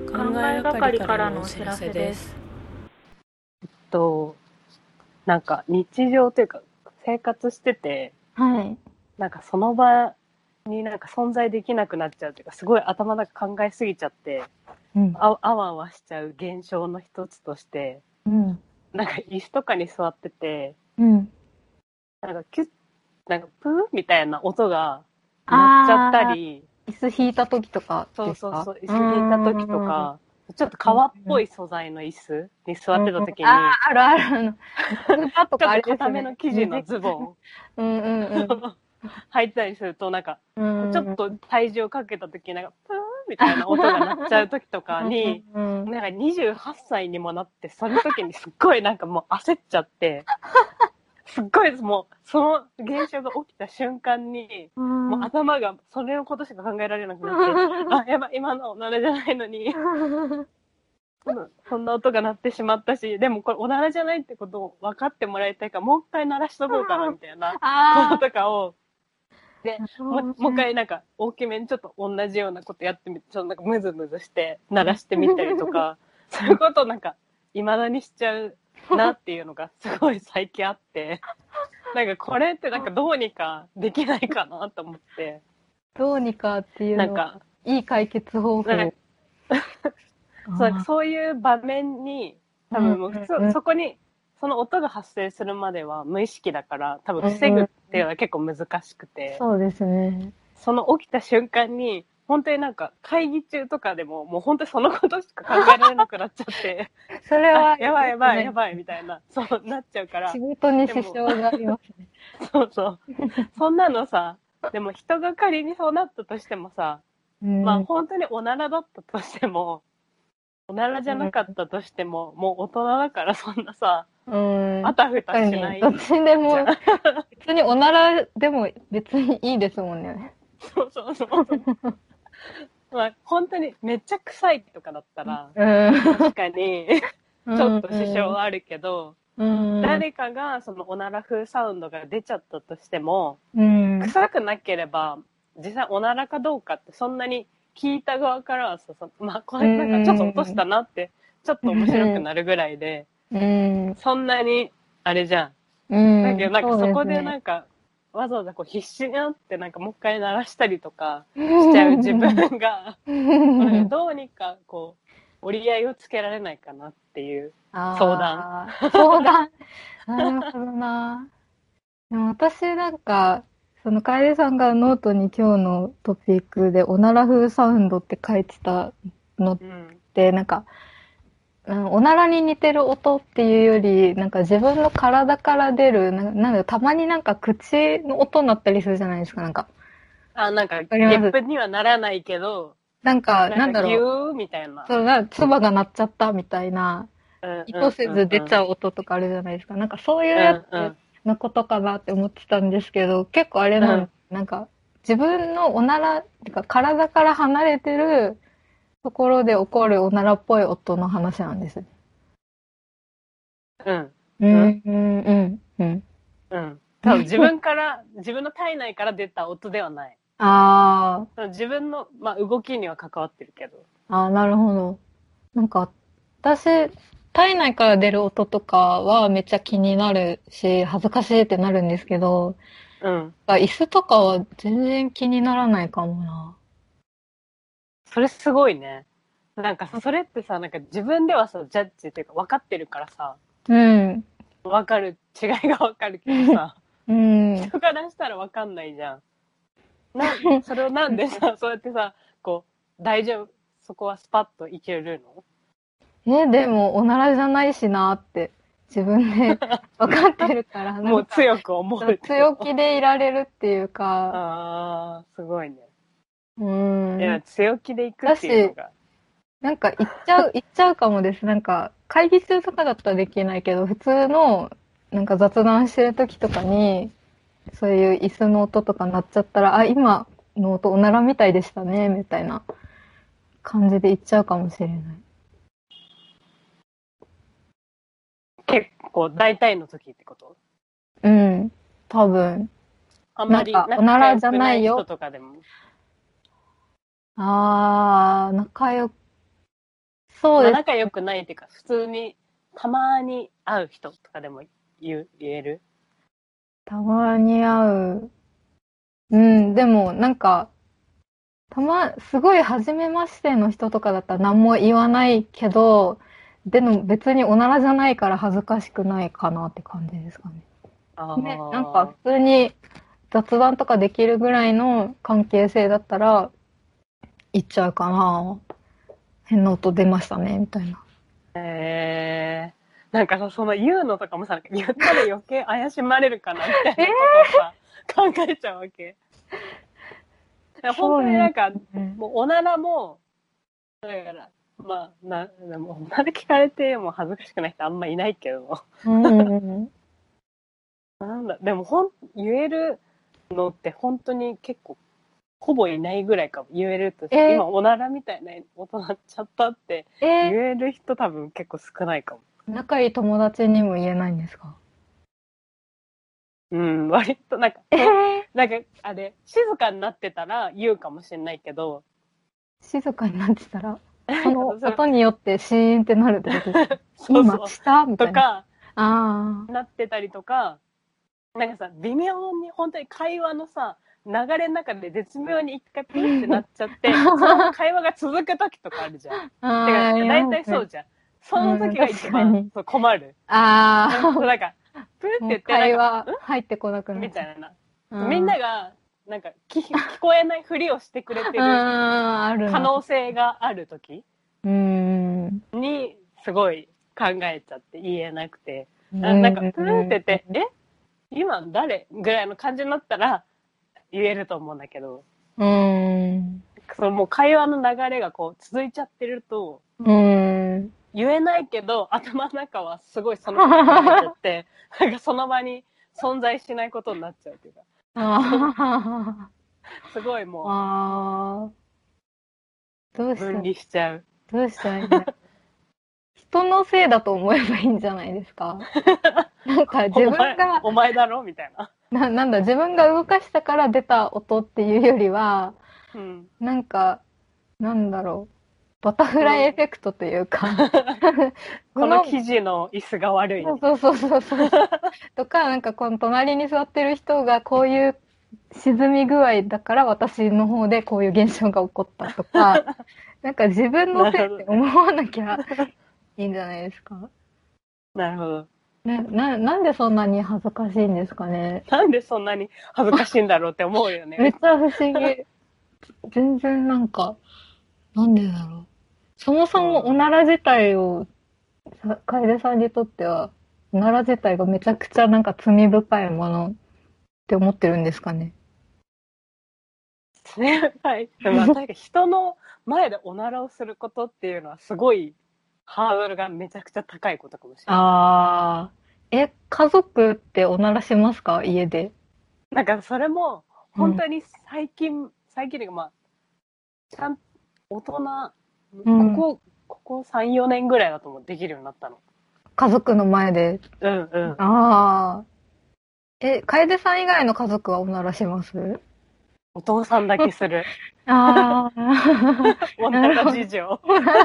考えがかりからのお知らせです。 と、なんか日常というか生活してて、 はい。 なんかその場になんか存在できなくなっちゃうというか、すごい頭の中考えすぎちゃって、 うん。 あわあわしちゃう現象の一つとして、 うん。 なんか椅子とかに座ってて、 うん。 なんかキュッ、なんかプーみたいな音が鳴っちゃったあり、 ー、椅子引いた時とかそうですか？ そうそう、椅う子引いた時とーん。 か、ちょっとうん。 革っぽい素材の椅子に座うん。 ってた時あに、 ー、あるある。スーパーとかあちょっとれですね。 固めの生地のズボうんうんうん。 ン履いたりすると、なんか、 うちょっん。 と体重をかけた時に、なんか、プーンみたいな音が鳴っちゃう時とかに、 うん。 なんか28歳にもなって、その時にすっごいなんかもう焦っちゃって、すっごいもう、その現象が起きた瞬間に、もう頭がそれのことしか考えられなくなって、あ、やばい、今のおならじゃないのに、そんな音が鳴ってしまったし、でもこれおならじゃないってことを分かってもらいたいから、もう一回鳴らしとこうかな、みたいなことあとかを、で、 あ、 もう一回なんか大きめにちょっと同じようなことやってみて、ちょっとなんかムズムズして鳴らしてみたりとか、そういうことをなんか未だにしちゃうなっていうのがすごい最近あって、なんかこれってなんかどうにかできないかなと思って、 どうにかっていうのは、 なんか、 いい解決方法。 なんかあそういう場面に、 あ、うん多分もう普通、 うんそこに、その音が発生するまでは無意識だから、多分うんうん。 防ぐっていうのは結構難しくて、 そうですね。 その起きた瞬間に、本当になんか会議中とかでも、もう本当にそのことしか考えられなくなっちゃって、あ、 それはやばいやばいや良くない。 ばいみたいな、そうなっちゃうから、 仕事にでも、 支障がありますね。 そうそう。そんなのさ、でも人が仮にそうなったとしてもさ、 うん。 まあ本当におならだったとしても、おならじゃなかったとしても、もう大人だからそんなさ、 うん。 あたふた確かに、 しないどっちでも、 じゃん。 別におならでも別にいいですもんね。 そうそうそうそう。まあ本当にめっちゃ臭いとかだったら、 うん。 確かにちょっうん。 と支障はあるけど、 うん。 誰かがそのおなら風サウンドが出ちゃったとしても、 うん。 臭くなければ、実際おならかどうかってそんなに聞いた側からはさ、まあこうれなんかちょっと落としん。 たなって、ちょっと面白くなるぐらいで、 うん。 そんなに、あれじゃん。 うん。 だけどなんかそうそこでですね。 なんか、わざわざこう必死になってなんかもう一回鳴らしたりとかしちゃう自分が、なんかどうにかこう、折り合いをつけられないかなっていう相談。 ああ、相談。なるほどな。でも私なんか、その楓さんがノートに今日のトピックでおなら風サウンドって書いてたのっうん。 て、なんか、おならに似てる音っていうより、なんか自分の体から出る、なんだろう、たまになんか口の音になったりするじゃないですか、なんか。 あ、なんか、 わかります？ ゲップにはならないけど、 なんか、 なんかギなんだろューみたいう、 な。 そうな、唾が鳴っちゃったみたいな、 うんうん意図せうんうん。 ず出ちゃう音とかあるじゃないですか。なんかそういううやつんうん。 のことかなって思ってたんですけど、結構あれなん、 うん。 なんか自分のおなら、てか体から離れてるところで起こるおならっぽい音の話なんです。 うん。 ううん。 ん、うん、うん、うん。 うん。多分自分から、自分の体内から出た音ではない。 あ自分の、まあ、動きには関わってるけど。 なるほど。なんか、私、体内から出る音とかはめっちゃ気になるし、恥ずかしいってなるんですけど、 うん。 椅子とかは全然気にならないかもな。 それすごいね。なんかさ、それってさ、なんか自分ではさ、ジャッジっていうか分かってるからさ、 うん。 分かる、違いが分かるけどさ、 うん。 人からしたら分かんないじゃん。それをなんでさ、そうやってさ、こう、大丈夫、そこはスパッといけるの？ でも、おならじゃないしなって自分で分かってるから、なもうんか、 強く思うってこと？ 強気でいられるっていうか、 ああ、すごいね。 うーいや、 ん。 強気でいくっていうのだし、 が。 なんか言っちゃうかもです。なんか、会議中とかだったらできないけど、普通の、なんか雑談してる時とかに、そういう椅子の音とか鳴っちゃったら、あ、今の音おならみたいでしたね、みたいな感じで言っちゃうかもしれない。 結構、大体の時ってこと？ うん。多分。 あんまりなんか、おな仲良らじゃくない人ないよ。 とかでも。 仲良くそうです。 仲良くないっていうか、普通にたまに会う人とかでも言える？ たまに会う。うん、でもなんか、すごい初めましての人とかだったら何も言わないけど、でも別におならじゃないから恥ずかしくないかなって感じですかね。ね、なんか普通に雑談とかできるぐらいの関係性だったら、言っちゃうかな。変な音出ましたね、みたいな。 なんかさ、その言うのとかもさ、言ったら余計怪しまれるかなみたいなことをさ、考えちゃうわけ。本当になんか、もうおならも、だから、まあ、でもおなら聞かれても恥ずかしくない人あんまいないけど。なんだ、でも言えるのって本当に結構、ほぼいないぐらいかも。言えると、今おならみたいな音鳴っちゃったって言える人多分結構少ないかも。 仲いい友達にも言えないんですか？ うん、割となんか、なんかあれ、静かになってたら言うかもしれないけど。 静かになってたらその音によってシーンってなるってことですか？ そう今したみたいな。 とか、なってたりとか、なんかさ、微妙に本当に会話のさ、流れの中で絶妙に一回ピーってなっちゃって、その会話が続く時とかあるじゃん。てか、大体そうじゃん。その時が一番困る。なんか、プーって言って、 会話入ってこなくなる。 みたいな。みんなが、なんか聞こえないふりをしてくれてる可能性がある時に、すごい考えちゃって言えなくて。なんか、プーって言って、今誰ぐらいの感じになったら言えると思うんだけど、そのもう会話の流れがこう続いちゃってると、言えないけど頭の中はすごいそのこと考えちゃって、なんかその場に存在しないことになっちゃうっていうか、すごいもう分離しちゃう。 どうしたらいいんだろう。人のせいだと思えばいいんじゃないですか？なんか自分がお前だろみたいな。 なんだ、自分が動かしたから出た音っていうよりは、なんか、なんだろう、バタフライエフェクトというか、 この生地の椅子が悪い。 そう。とか、なんかこの隣に座ってる人がこういう沈み具合だから私の方でこういう現象が起こったとか、なんか自分のせいって思わなきゃいいんじゃないですか？ なるほど。 なんでそんなに恥ずかしいんですかね。 なんでそんなに恥ずかしいんだろうって思うよね。 めっちゃ不思議。全然なんか、なんでだろう。そもそもおなら自体を、楓さんにとっては、おなら自体がめちゃくちゃなんか罪深いものって思ってるんですかね。 罪深い。でも確か人の前でおならをすることっていうのはすごいハードルがめちゃくちゃ高いことかもしれない。 家族っておならしますか？家で。 なんかそれも、本当に最近でまあ、ちゃん、大人、ここ3、4年ぐらいだと思う、できるようになったの。 家族の前で。楓さん以外の家族はおならします？ お父さんだけする。おなら事情。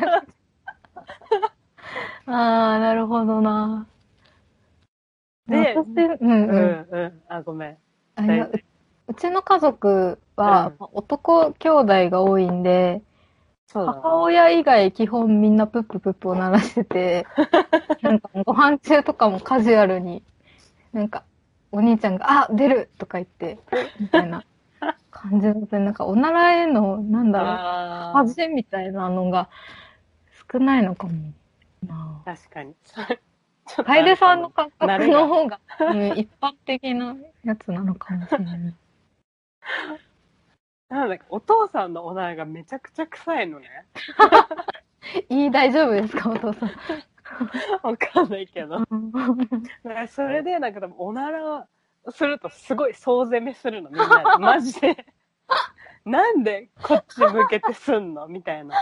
なるほどな。 で、ごめん。 うちの家族は、男兄弟が多いんで、母親以外基本みんなプッププップを鳴らしてて、なんかご飯中とかもカジュアルに、なんかお兄ちゃんが、出るとか言って、みたいな感じで、なんかおならへの、なんだろう、恥みたいなのが少ないのかもな。 確かに。 楓さんの感覚の方が、一般的なやつなのかもしれない。 なんだかお父さんのおならがめちゃくちゃ臭いのね。 大丈夫ですか、お父さん。 わかんないけど。それで、なんかおならするとすごい総攻めするの、みんなで。マジで。なんでこっち向けてすんのみたいな。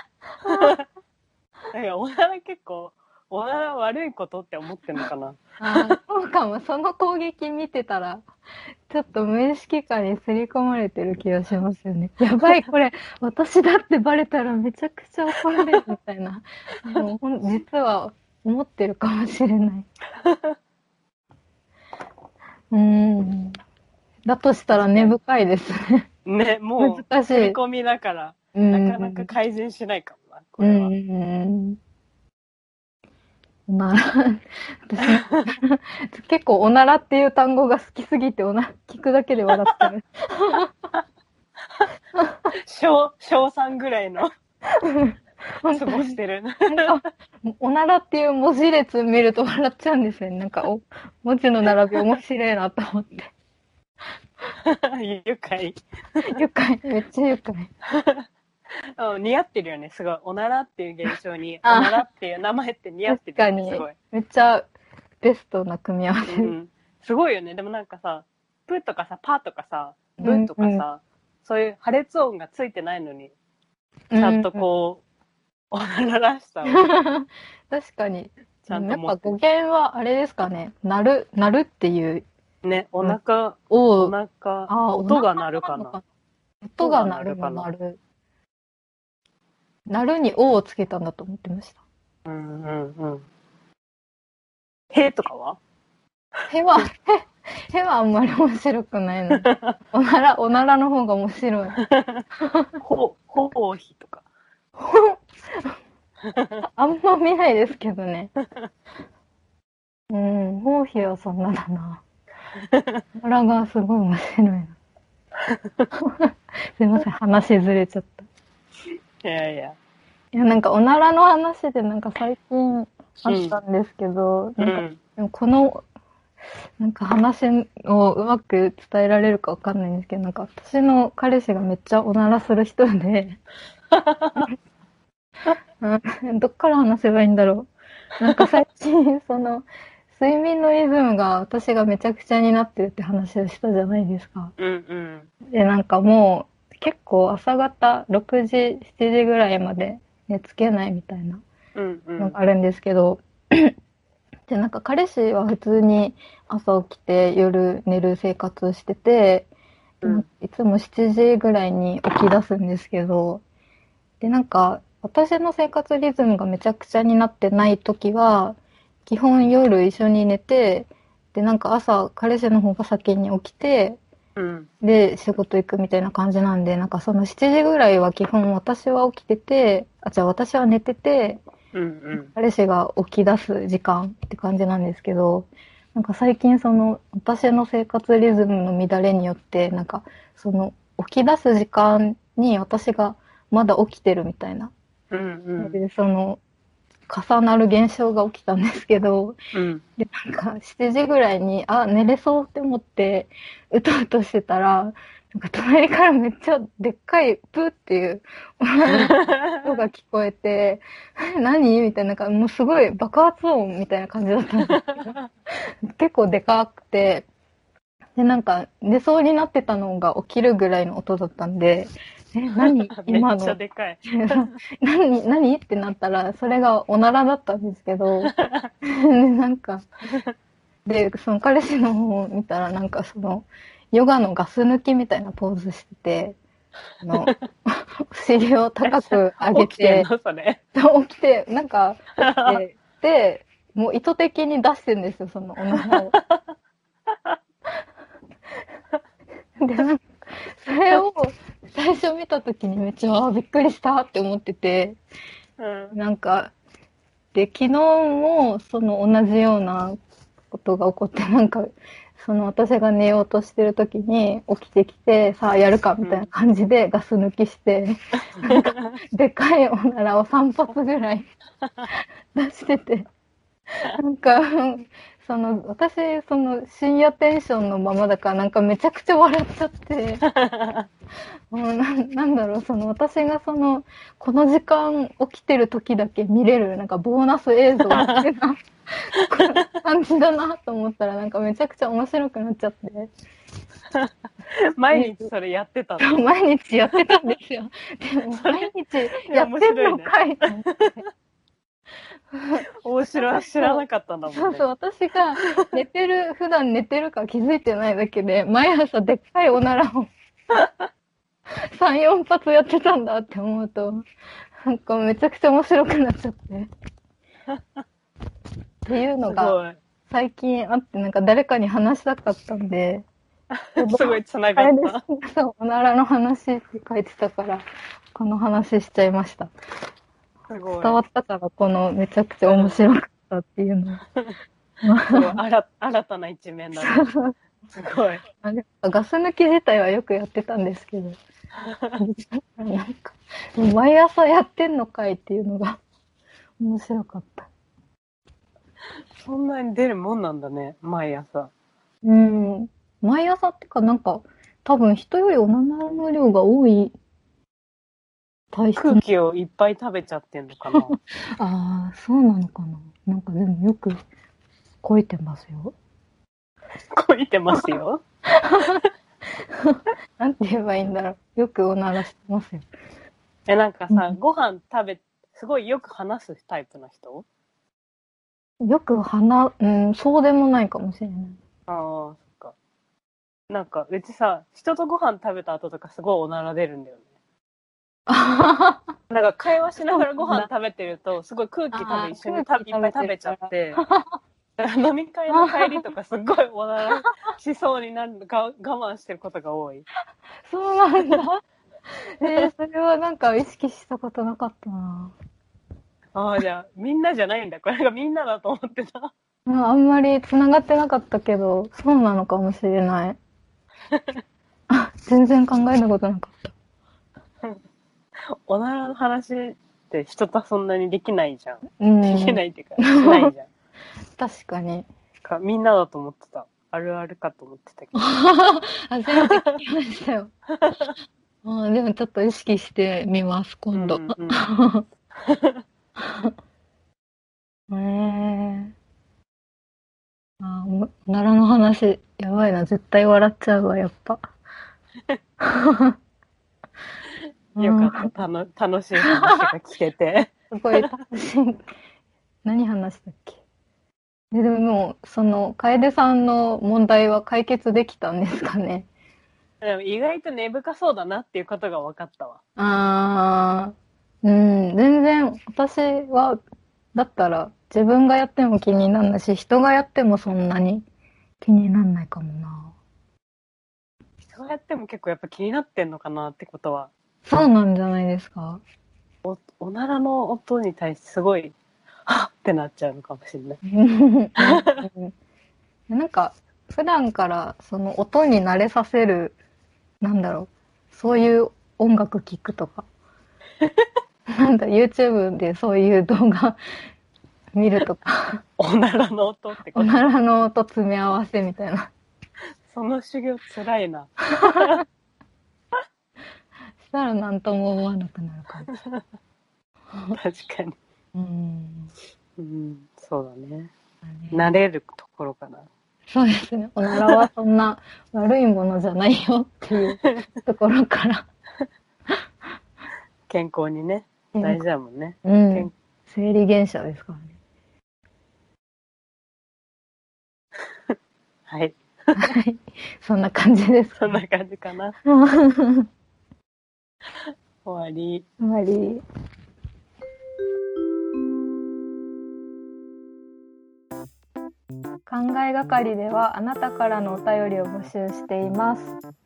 おなら結構、おなら悪いことって思ってんのかな。 そうかも。その攻撃見てたら、 ちょっと無意識下に刷り込まれてる気がしますよね。やばい、これ、私だってバレたらめちゃくちゃ怒られるみたいな。もう実は思ってるかもしれない。だとしたら根深いですね。 ね、もう、 難しい。 刷り込みだから、なかなか改善しないかもな、これは。 おなら、私結構おならっていう単語が好きすぎて聞くだけで笑ってる。 小3ぐらいの過ごしてる。 おならっていう文字列見ると笑っちゃうんですよね。なんか文字の並び面白いなと思って。 愉快。 愉快、めっちゃ愉快。 似合ってるよね、すごい。おならっていう現象に、おならっていう名前って似合ってるよね、すごい。 めっちゃベストな組み合わせ。 すごいよね。でもなんかさ、プとかさ、パとかさ、ブとかさ、そういう破裂音がついてないのに、ちゃんとこう、おなららしさを。 確かに。 ちゃんとやっぱ語源はあれですかね。鳴るっていう。 ね、お腹、 音が鳴るかな。 音が鳴るの鳴る。鳴るにおをつけたんだと思ってました。 へとかはへはあんまり面白くないの。おならの方が面白い。 ほうひとか。 あんま見ないですけどね。ほうひはそんなだな。おならがすごい面白いな。すいません、話ずれちゃった。 いや、 なんかおならの話でなんか最近あったんですけど、なんかでもこのなんか話をうまく伝えられるかわかんないんですけど、なんか私の彼氏がめっちゃおならする人でどっから話せばいいんだろう。なんか最近その睡眠のリズムが私がめちゃくちゃになってるって話をしたじゃないですか。で、なんかもう結構朝方6時、7時ぐらいまで寝つけないみたいなのがあるんですけど、で、なんか彼氏は普通に朝起きて夜寝る生活してて、いつも7時ぐらいに起き出すんですけど、で、なんか私の生活リズムがめちゃくちゃになってない時は、基本夜一緒に寝て、で、なんか朝彼氏の方が先に起きて、で、仕事行くみたいな感じなんで、なんかその7時ぐらいは基本私は起きてて、私は寝てて、彼氏が起き出す時間って感じなんですけど、なんか最近その私の生活リズムの乱れによって、なんかその起き出す時間に私がまだ起きてるみたいな。で、その重なる現象が起きたんですけど、で、なんか7時ぐらいに、寝れそうって思って、うとうとしてたら、なんか隣からめっちゃでっかいプーっていう音が聞こえて、何みたいな、なんかもうすごい爆発音みたいな感じだったんですけど、結構でかくて、で、なんか寝そうになってたのが起きるぐらいの音だったんで、何今の。 めっちゃでかい。 何ってなったら、それがおならだったんですけど、なんか、で、その彼氏の方を見たら、なんかその、ヨガのガス抜きみたいなポーズしてて、お尻を高く上げて、 起きてんのそれ。 起きて、なんか、で、もう意図的に出してるんですよ、そのおならを。で、なんか、それを最初見たときにめっちゃ、びっくりしたって思ってて、なんか、で、昨日もその同じようなことが起こって、なんか、その私が寝ようとしてるときに起きてきて、さあやるかみたいな感じでガス抜きして、なんか、でかいおならを3発ぐらい出してて、なんか、私、深夜テンションのままだから、なんかめちゃくちゃ笑っちゃって、もうなんだろう、私がこの時間起きてる時だけ見れる、なんかボーナス映像ってな感じだなと思ったら、なんかめちゃくちゃ面白くなっちゃって。 毎日それやってたの？ 毎日やってたんですよ。でも毎日やってんのかいと思って。 面白い。知らなかったんだもんね。 そうそう、私が普段寝てるか気づいてないだけで、毎朝でっかいおならを3、4発やってたんだって思うと、なんかめちゃくちゃ面白くなっちゃって。っていうのが最近あって、なんか誰かに話したかったんで、 すごい繋がった。 そう、おならの話って書いてたから、この話しちゃいました。 すごい。 伝わったから、このめちゃくちゃ面白かったっていうの。 すごい新たな一面だね。すごい。 ガス抜き自体はよくやってたんですけど、なんか、毎朝やってんのかいっていうのが面白かった。 そんなに出るもんなんだね、毎朝。 毎朝ってか、なんか、多分人よりおならの量が多い体質。空気をいっぱい食べちゃってんのかな。 ああ、そうなのかな。なんかでもよく、こいてますよ。 こいてますよ。 なんて言えばいいんだろう。よくおならしてますよ。 なんかさ、ご飯すごいよく話すタイプの人？ よくそうでもないかもしれない。 ああ、そっか。なんか、うちさ、人とご飯食べた後とかすごいおなら出るんだよね。なんか会話しながらご飯食べてると、すごい空気多分一緒にいっぱい食べちゃって、飲み会の帰りとかすごいおならしそうになるの我慢してることが多い。 そうなんだ。それはなんか意識したことなかったな。 ああ、じゃあみんなじゃないんだ。これがみんなだと思ってた。 あんまり繋がってなかったけど、そうなのかもしれない。全然考えたことなかった。 おならの話って人とそんなにできないじゃん。できないっていうか、しないじゃん。 確かに。 みんなだと思ってた。あるあるかと思ってたけど。 初めて聞きましたよ。でもちょっと意識してみます、今度。おならの話、やばいな。絶対笑っちゃうわ、やっぱ。 よかった。楽しい話が聞けて。 すごい楽しい。何話したっけ？でも、楓さんの問題は解決できたんですかね？ でも意外と根深そうだなっていうことが分かったわ。 全然、私は、だったら、自分がやっても気にならないし、人がやってもそんなに気にならないかもな。 人がやっても結構やっぱ気になってんのかなってことは。 そうなんじゃないですか？ おならの音に対してすごい、はっってなっちゃうのかもしれない。 なんか、普段からその音に慣れさせる、そういう音楽聴くとか。YouTube でそういう動画見るとか。 おならの音ってこと？ おならの音詰め合わせみたいな。 その修行つらいな。 したら何とも思わなくなるかも。 確かに。そうだね。慣れるところかな。 そうですね。おならはそんな悪いものじゃないよっていうところから。 健康にね、大事だもんね。 生理現象ですからね。 はい。 はい。そんな感じです。 そんな感じかな。終わり。 終わり。考えがかりではあなたからのお便りを募集しています。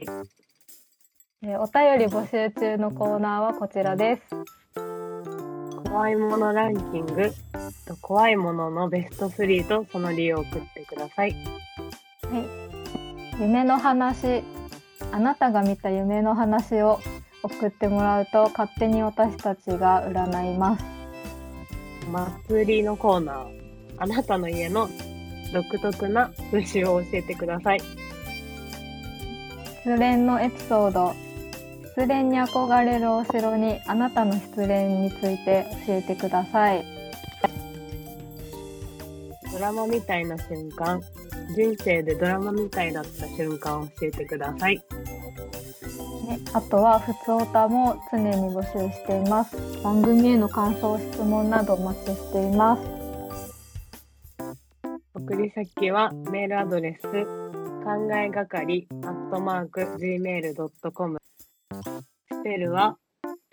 お便り募集中のコーナーはこちらです。 怖いものランキングと怖いもののベスト3とその理由を送ってください。 はい。夢の話、あなたが見た夢の話を送ってもらうと勝手に私たちが占います。 祭りのコーナー、あなたの家の独特な風習を教えてください。 失恋のエピソード、失恋に憧れるお城にあなたの失恋について教えてください。 ドラマみたいな瞬間、人生でドラマみたいだった瞬間を教えてください。 あとは、ふつおたも常に募集しています。番組への感想、質問などお待ちしています。 送り先はメールアドレス考えがかり@gmail.com、 スペルは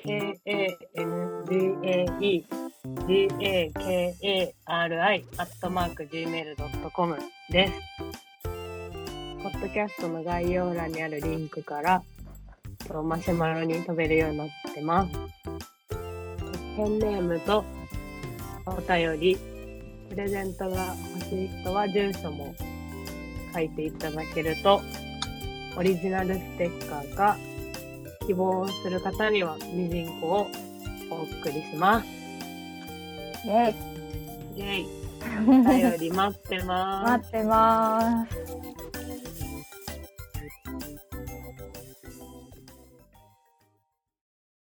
KANGAGAKARI@gmail.com です。ポッドキャストの概要欄にあるリンクからマシュマロに飛べるようになってます。ペンネームとお便り、プレゼントが欲しい人は住所も書いていただけるとオリジナルステッカーか、希望する方にはミジンコをお送りします。 イェイ。 イェイ。お便り待ってます。 待ってます。